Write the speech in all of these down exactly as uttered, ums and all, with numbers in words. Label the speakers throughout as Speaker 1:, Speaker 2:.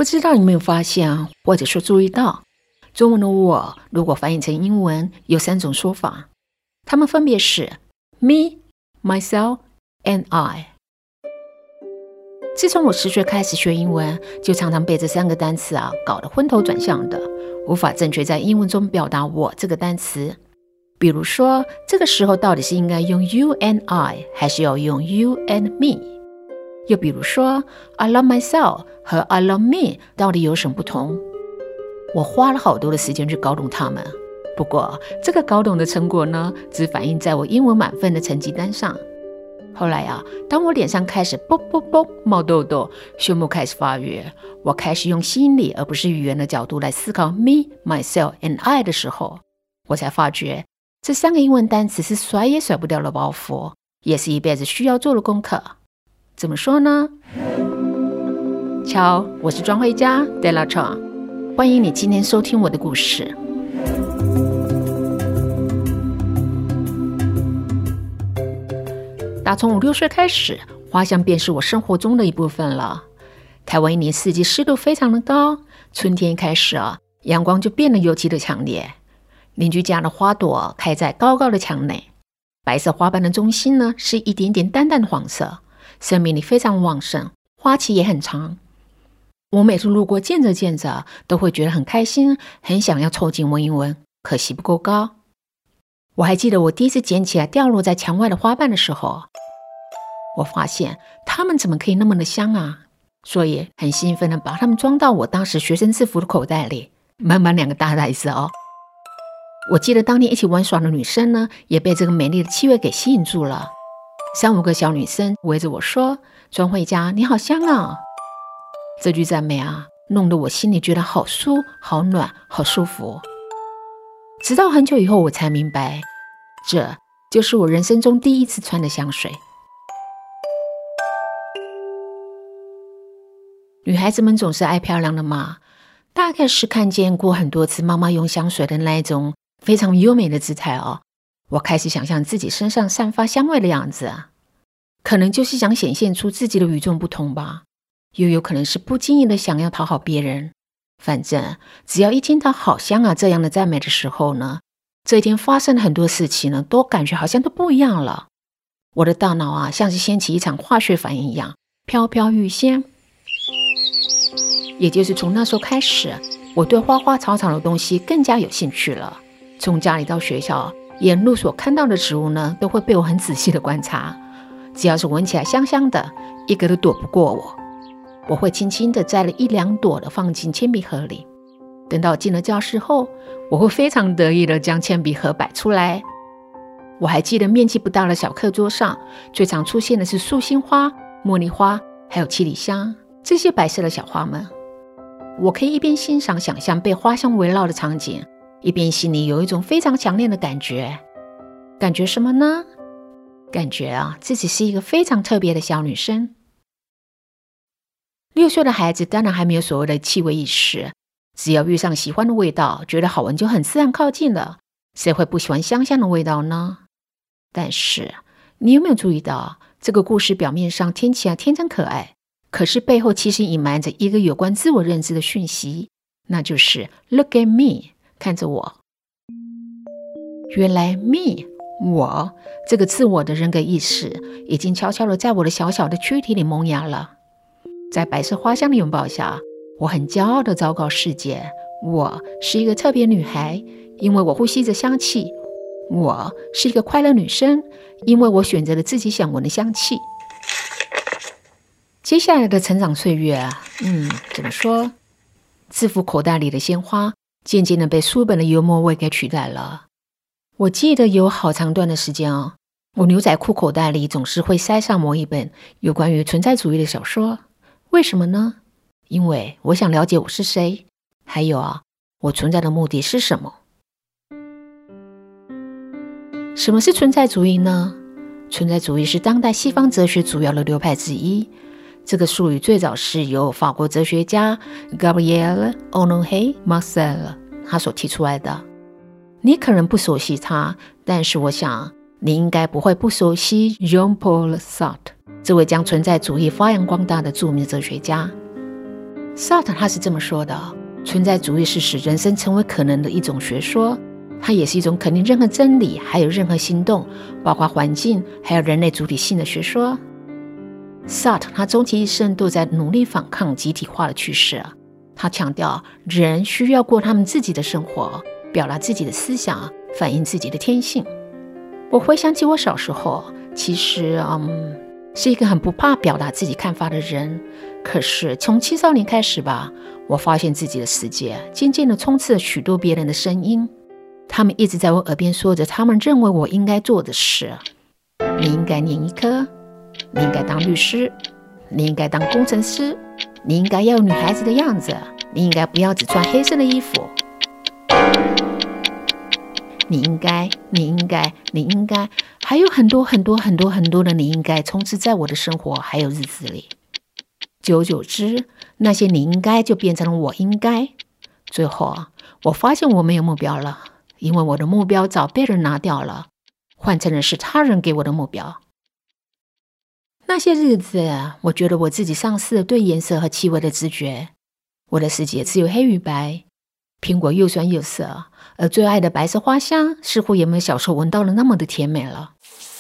Speaker 1: 不知道你有没有发现，或者说注意到，中文的我如果翻译成英文有三种说法，它们分别是 me, myself and I。 自从我十岁开始学英文，就常常被这三个单词啊搞得昏头转向的，无法正确在英文中表达我这个单词。比如说，这个时候到底是应该用 you and I 还是要用 you and me？ 又比如说 I love myself 和 I love me 到底有什么不同？我花了好多的时间去搞懂它们，不过这个搞懂的成果呢，只反映在我英文满分的成绩单上。后来啊，当我脸上开始啵啵啵冒痘痘，胸部开始发育，我开始用心理而不是语言的角度来思考 me, myself and I 的时候，我才发觉这三个英文单词是甩也甩不掉的包袱，也是一辈子需要做的功课。怎么说呢？瞧，我是庄慧佳 Della Chang， 欢迎你今天收听我的故事。打从五六岁开始，花香便是我生活中的一部分了。台湾一年四季湿度非常的高，春天一开始啊，阳光就变得尤其的强烈。邻居家的花朵开在高高的墙内，白色花瓣的中心呢，是一点点淡淡的黄色，生命力非常旺盛，花期也很长。我每次路过见着见着，都会觉得很开心，很想要凑近闻一闻，可惜不够高。我还记得我第一次捡起来掉落在墙外的花瓣的时候，我发现它们怎么可以那么的香啊，所以很兴奋的把它们装到我当时学生制服的口袋里，满满两个大袋子哦。我记得当年一起玩耍的女生呢，也被这个美丽的气味给吸引住了。三五个小女生围着我说：“庄慧佳，你好香啊！”这句赞美啊，弄得我心里觉得好酥、好暖、好舒服。直到很久以后，我才明白，这就是我人生中第一次穿的香水。女孩子们总是爱漂亮的嘛，大概是看见过很多次妈妈用香水的那一种非常优美的姿态哦。我开始想象自己身上散发香味的样子，可能就是想显现出自己的与众不同吧，又有可能是不经意的想要讨好别人。反正只要一听到好香啊这样的赞美的时候呢，这一天发生的很多事情呢，都感觉好像都不一样了。我的大脑啊，像是掀起一场化学反应一样，飘飘欲仙。也就是从那时候开始，我对花花草草的东西更加有兴趣了。从家里到学校，沿路所看到的植物呢，都会被我很仔细的观察。只要是闻起来香香的，一个都躲不过我。我会轻轻地摘了一两朵的放进铅笔盒里，等到进了教室后，我会非常得意地将铅笔盒摆出来。我还记得面积不大的小课桌上，最常出现的是素心花、茉莉花还有七里香，这些白色的小花们。我可以一边欣赏想象被花香围绕的场景，一边心里有一种非常强烈的感觉。感觉什么呢？感觉啊，自己是一个非常特别的小女生。六岁的孩子当然还没有所谓的气味意识，只要遇上喜欢的味道，觉得好闻就很自然靠近了。谁会不喜欢香香的味道呢？但是你有没有注意到，这个故事表面上听起来天真可爱，可是背后其实隐瞒着一个有关自我认知的讯息，那就是 Look at me， 看着我。原来 me 我这个自我的人格意识已经悄悄地在我的小小的躯体里萌芽了。在白色花香的拥抱下，我很骄傲地昭告世界，我是一个特别女孩，因为我呼吸着香气。我是一个快乐女生，因为我选择了自己想闻的香气。接下来的成长岁月，嗯，怎么说？制服口袋里的鲜花渐渐地被书本的油墨味给取代了。我记得有好长段的时间哦，我牛仔裤口袋里总是会塞上某一本有关于存在主义的小说。为什么呢？因为我想了解我是谁，还有啊，我存在的目的是什么。什么是存在主义呢？存在主义是当代西方哲学主要的流派之一。这个术语最早是由法国哲学家 Gabriel Honoré Marcel 他所提出来的。你可能不熟悉他，但是我想你应该不会不熟悉 Jean-Paul Sartre 这位将存在主义发扬光大的著名哲学家。 萨特他是这么说的，存在主义是使人生成为可能的一种学说，它也是一种肯定任何真理还有任何行动，包括环境还有人类主体性的学说。萨特他终其一生都在努力反抗集体化的趋势，他强调人需要过他们自己的生活，表达自己的思想，反映自己的天性。我回想起我小时候，其实嗯，是一个很不怕表达自己看法的人，可是从青少年开始吧，我发现自己的世界渐渐地充斥了许多别人的声音，他们一直在我耳边说着他们认为我应该做的事。你应该念医科，你应该当律师，你应该当工程师，你应该要有女孩子的样子，你应该不要只穿黑色的衣服，你应该你应该你应该还有很多很多很多很多的你应该充斥在我的生活还有日子里。久而久之，那些你应该就变成了我应该。最后我发现我没有目标了，因为我的目标早被人拿掉了，换成的是他人给我的目标。那些日子，我觉得我自己丧失了对颜色和气味的知觉，我的世界只有黑与白，苹果又酸又涩，而最爱的白色花香似乎也没有小时候闻到的那么的甜美了。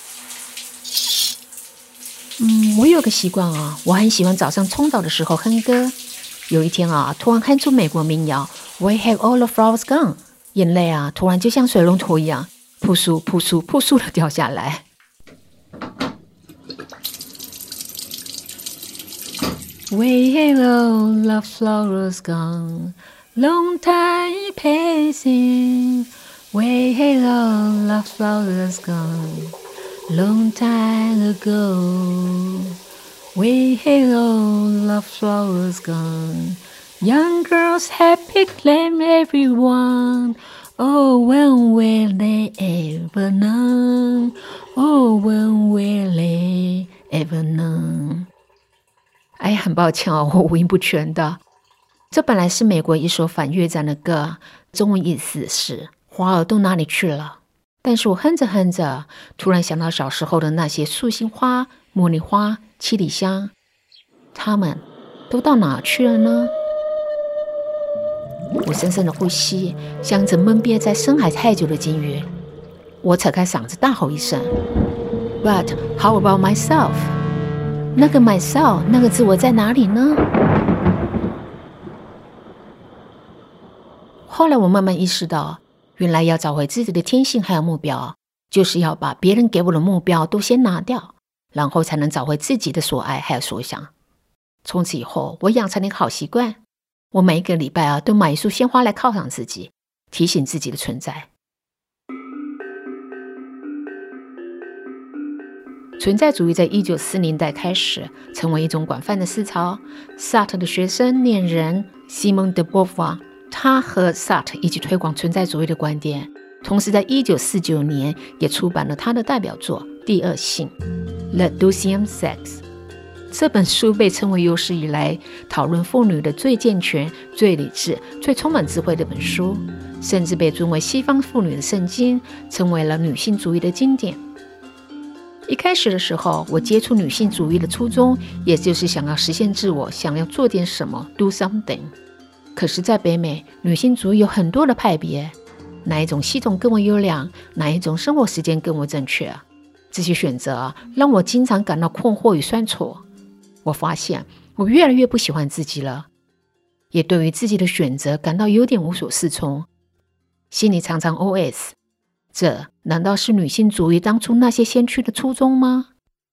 Speaker 1: 嗯，我有个习惯啊，我很喜欢早上冲澡的时候哼歌。有一天啊，突然哼出美国民谣 We have all the flowers gone， 眼泪啊，突然就像水龙头一样扑簌扑簌扑簌的掉下来。We have all the flowers gone, long time passing. We have all the flowers gone, long time ago. We have all the flowers gone. Young girls happy claim everyone. Oh, when will they ever know? Oh, when will they ever know?哎，很抱歉哦，我五音不全的。这本来是美国一首反越战的歌，中文意思是花儿都哪里去了。但是我哼着哼着，突然想到小时候的那些素心花、茉莉花、七里香，它们都到哪去了呢？我深深的呼吸，像只闷憋在深海太久的鲸鱼。我扯开嗓子大吼一声 But how about myself？那个 myself 那个自我在哪里呢？后来我慢慢意识到，原来要找回自己的天性还有目标，就是要把别人给我的目标都先拿掉，然后才能找回自己的所爱还有所想。从此以后，我养成了一个好习惯，我每一个礼拜啊都买一束鲜花来犒赏自己，提醒自己的存在。存在主义在一九四零年代开始成为一种广泛的思潮。萨特的学生恋人 Simone de Beauvoir， 他和萨特一起推广存在主义的观点，同时在一九四九年也出版了他的代表作《第二性》 The Deuxième Sexe。 这本书被称为有史以来讨论妇女的最健全、最理智、最充满智慧的本书，甚至被尊为西方妇女的圣经，成为了女性主义的经典。一开始的时候，我接触女性主义的初衷，也就是想要实现自我，想要做点什么 do something。 可是在北美，女性主义有很多的派别，哪一种系统更为优良，哪一种生活时间更为正确，这些选择让我经常感到困惑与酸楚。我发现我越来越不喜欢自己了，也对于自己的选择感到有点无所适从，心里常常 O S，这难道是女性主义当初那些先驱的初衷吗？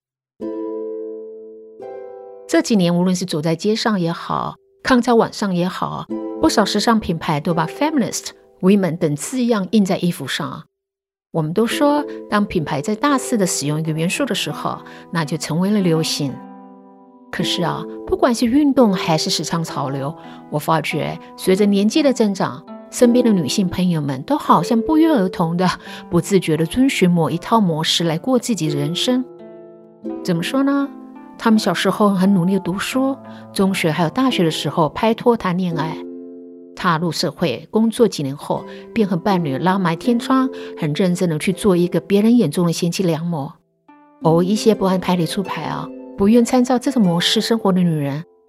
Speaker 1: 这几年无论是走在街上也好，看在网上也好，不少时尚品牌都把 feminist、women 等字样印在衣服上。我们都说，当品牌在大肆的使用一个元素的时候，那就成为了流行。可是啊，不管是运动还是时尚潮流，我发觉随着年纪的增长，身边的女性朋友们都好像不约而同的不自觉地遵循某一套模式来过自己的人生。怎么说呢？她们小时候很努力的读书，中学还有大学的时候拍拖谈恋爱，踏入社会工作几年后，便和伴侣拉埋天窗，很认真的去做一个别人眼中的贤妻良母。偶一些不按牌理出牌啊，不愿参照这种模式生活的女人，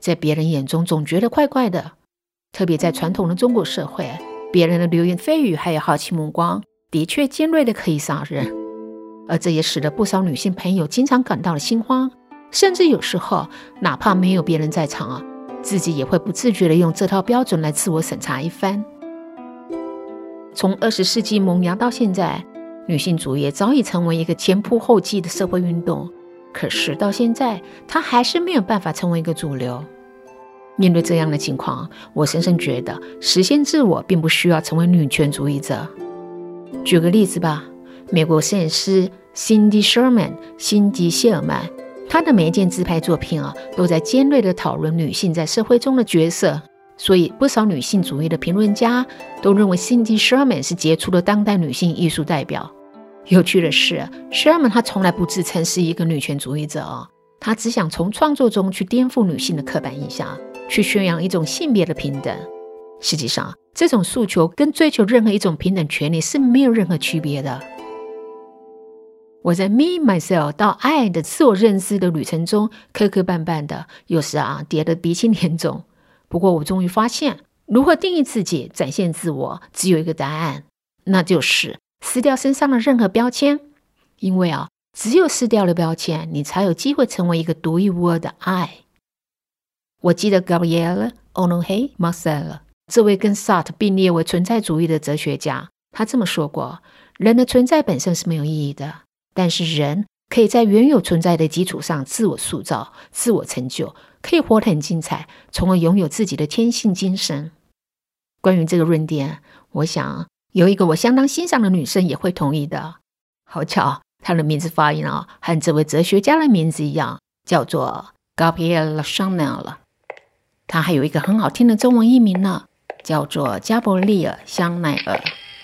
Speaker 1: 在别人眼中总觉得怪怪的。特别在传统的中国社会，别人的流言蜚语还有好奇目光的确尖锐的可以杀人，而这也使得不少女性朋友经常感到了心慌，甚至有时候哪怕没有别人在场啊，自己也会不自觉地用这套标准来自我审查一番。从二十世纪萌芽到现在，女性主义早已成为一个前仆后继的社会运动，可是到现在它还是没有办法成为一个主流。面对这样的情况，我深深觉得实现自我并不需要成为女权主义者。举个例子吧，美国摄影师 Cindy Sherman 辛迪·谢尔曼，她的每一件自拍作品啊，都在尖锐地讨论女性在社会中的角色，所以不少女性主义的评论家都认为 Cindy Sherman 是杰出的当代女性艺术代表。有趣的是 Sherman 她从来不自称是一个女权主义者哦，她只想从创作中去颠覆女性的刻板印象，去宣扬一种性别的平等。实际上，这种诉求跟追求任何一种平等权利是没有任何区别的。我在 Me Myself 到爱的自我认知的旅程中磕磕绊绊的，有时啊跌得鼻青脸肿。不过我终于发现，如何定义自己、展现自我，只有一个答案，那就是撕掉身上的任何标签。因为啊，只有撕掉了标签，你才有机会成为一个独一无二的爱。我记得 Gabriele Onohei Marcel 这位跟 Sartre 并列为存在主义的哲学家，他这么说过：人的存在本身是没有意义的，但是人可以在原有存在的基础上自我塑造、自我成就，可以活得很精彩，从而拥有自己的天性精神。关于这个论点，我想有一个我相当欣赏的女生也会同意的。好巧，她的名字发音啊，和这位哲学家的名字一样，叫做 Gabriele Chanel。她还有一个很好听的中文译名呢，叫做加伯利尔·香奈儿。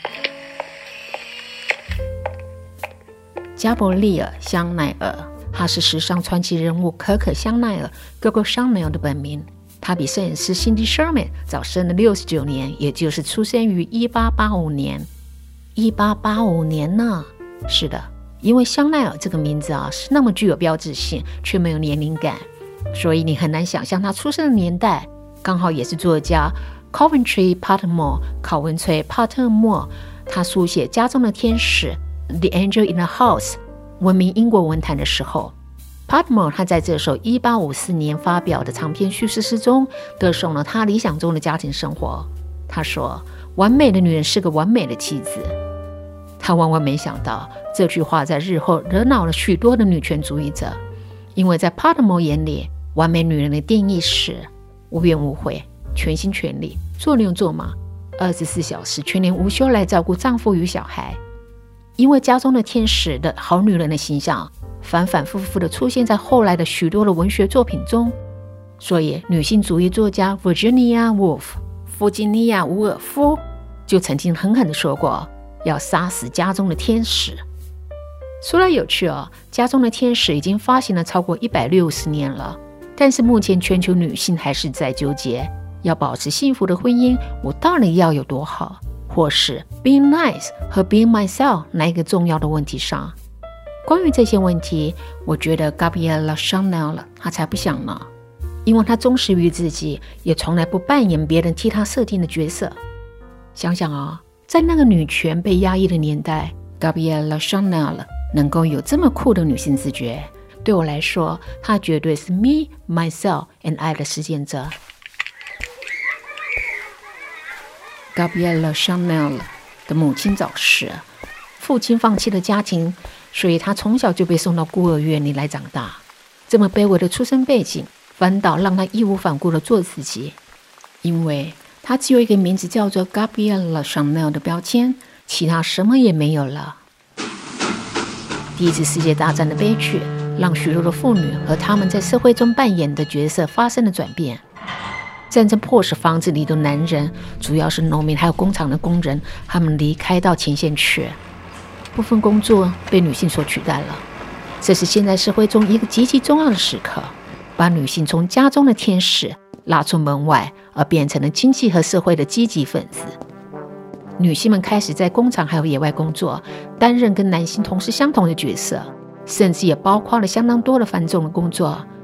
Speaker 1: 加伯利尔·香奈儿，她是时尚传奇人物可可·香奈儿 Coco Chanel 的本名。她比摄影师 Cindy Sherman 早生了六十九年，也就是出生于一八八五年。一八八五年呢？是的，因为香奈儿这个名字啊是那么具有标志性，却没有年龄感，所以你很难想象她出生的年代。刚好也是作家 Coventry Patmore 考文垂·帕特默，他书写《家中的天使》The Angel in the House 闻名英国文坛的时候。Patmore 他在这首一八五四年发表的长篇叙事诗中歌颂了他理想中的家庭生活。他说，完美的女人是个完美的妻子。他万万没想到，这句话在日后惹恼了许多的女权主义者，因为在 Patmore 眼里，完美女人的定义是无怨无悔，全心全力，做牛做马，二十四小时全年无休来照顾丈夫与小孩。因为家中的天使的好女人的形象反反复复地出现在后来的许多的文学作品中，所以女性主义作家 Virginia Woolf 弗吉尼亚·伍尔夫就曾经狠狠地说过，要杀死家中的天使。说来有趣哦，家中的天使已经发行了超过一百六十年了，但是目前全球女性还是在纠结，要保持幸福的婚姻，我到底要有多好，或是 being nice 和 being myself 哪一个重要的问题上。关于这些问题，我觉得 Gabriele Chanel 她才不想呢，因为她忠实于自己，也从来不扮演别人替她设定的角色。想想啊，在那个女权被压抑的年代， Gabriele Chanel 能够有这么酷的女性自觉，对我来说，她绝对是 me, myself and I 的实践者。Gabriele Chanel 的母亲早逝，父亲放弃了家庭，所以他从小就被送到孤儿院里来长大。这么卑微的出身背景，反倒让他义无反顾地做自己，因为他只有一个名字叫做 Gabriele Chanel 的标签，其他什么也没有了。第一次世界大战的悲剧，让许多的妇女和她们在社会中扮演的角色发生了转变。战争迫使房子里的男人，主要是农民还有工厂的工人，他们离开到前线去，部分工作被女性所取代了。这是现在社会中一个极其重要的时刻，把女性从家中的天使拉出门外，而变成了经济和社会的积极分子。女性们开始在工厂还有野外工作，担任跟男性同时相同的角色，甚至也包括了相当多的繁重的工作。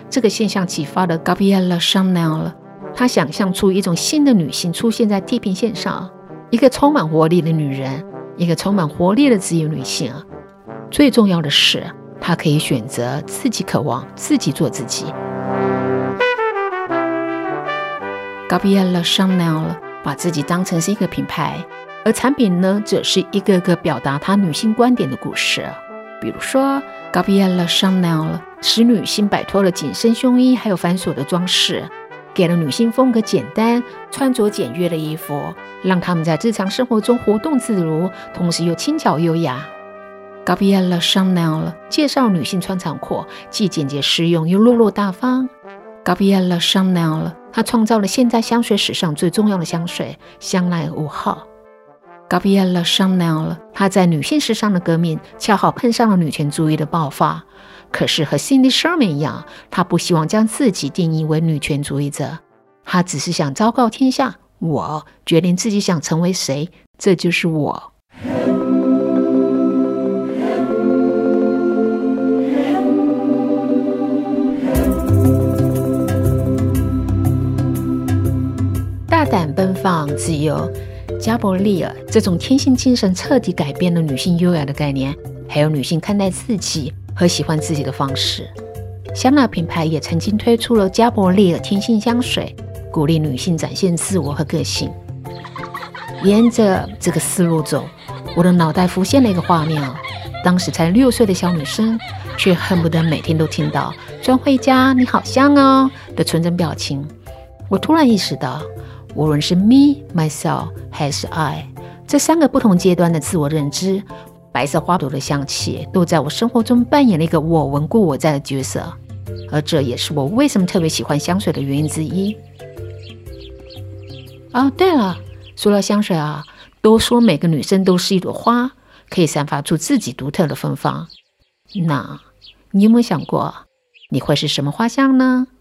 Speaker 1: 这个现象启发了 Gabrielle Chanel， 她想象出一种新的女性出现在地平线上，一个充满活力的女人，一个充满活力的自由女性。最重要的是，她可以选择自己渴望，自己做自己。Gabrielle Chanel 把自己当成是一个品牌，而产品呢，则是一个个表达她女性观点的故事。比如说 Gabrielle Chanel 使女性摆脱了紧身胸衣还有繁琐的装饰，给了女性风格简单、穿着简约的衣服，让她们在日常生活中活动自如，同时又轻巧优雅。Gabrielle Chanel 介绍女性穿长裤，既简洁实用又落落大方。Gabrielle Chanel 她创造了现代香水史上最重要的香水香奈五号。Gabrielle Chanel 她在女性时尚的革命恰好碰上了女权主义的爆发，可是和 Cindy Sherman 一样，她不希望将自己定义为女权主义者，她只是想昭告天下，我决定自己想成为谁，这就是我。大胆奔放自由，加伯利尔这种天性精神彻底改变了女性优雅的概念，还有女性看待自己和喜欢自己的方式。香奈品牌也曾经推出了加伯利尔天性香水，鼓励女性展现自我和个性。沿着这个思路走，我的脑袋浮现了一个画面，当时才六岁的小女生，却恨不得每天都听到专回家你好香哦的纯真表情。我突然意识到，无论是 me、myself 还是 I， 这三个不同阶段的自我认知，白色花朵的香气都在我生活中扮演了一个我闻故我在的角色，而这也是我为什么特别喜欢香水的原因之一。哦，对了，说到香水啊，都说每个女生都是一朵花，可以散发出自己独特的芬芳。那你有没有想过，你会是什么花香呢？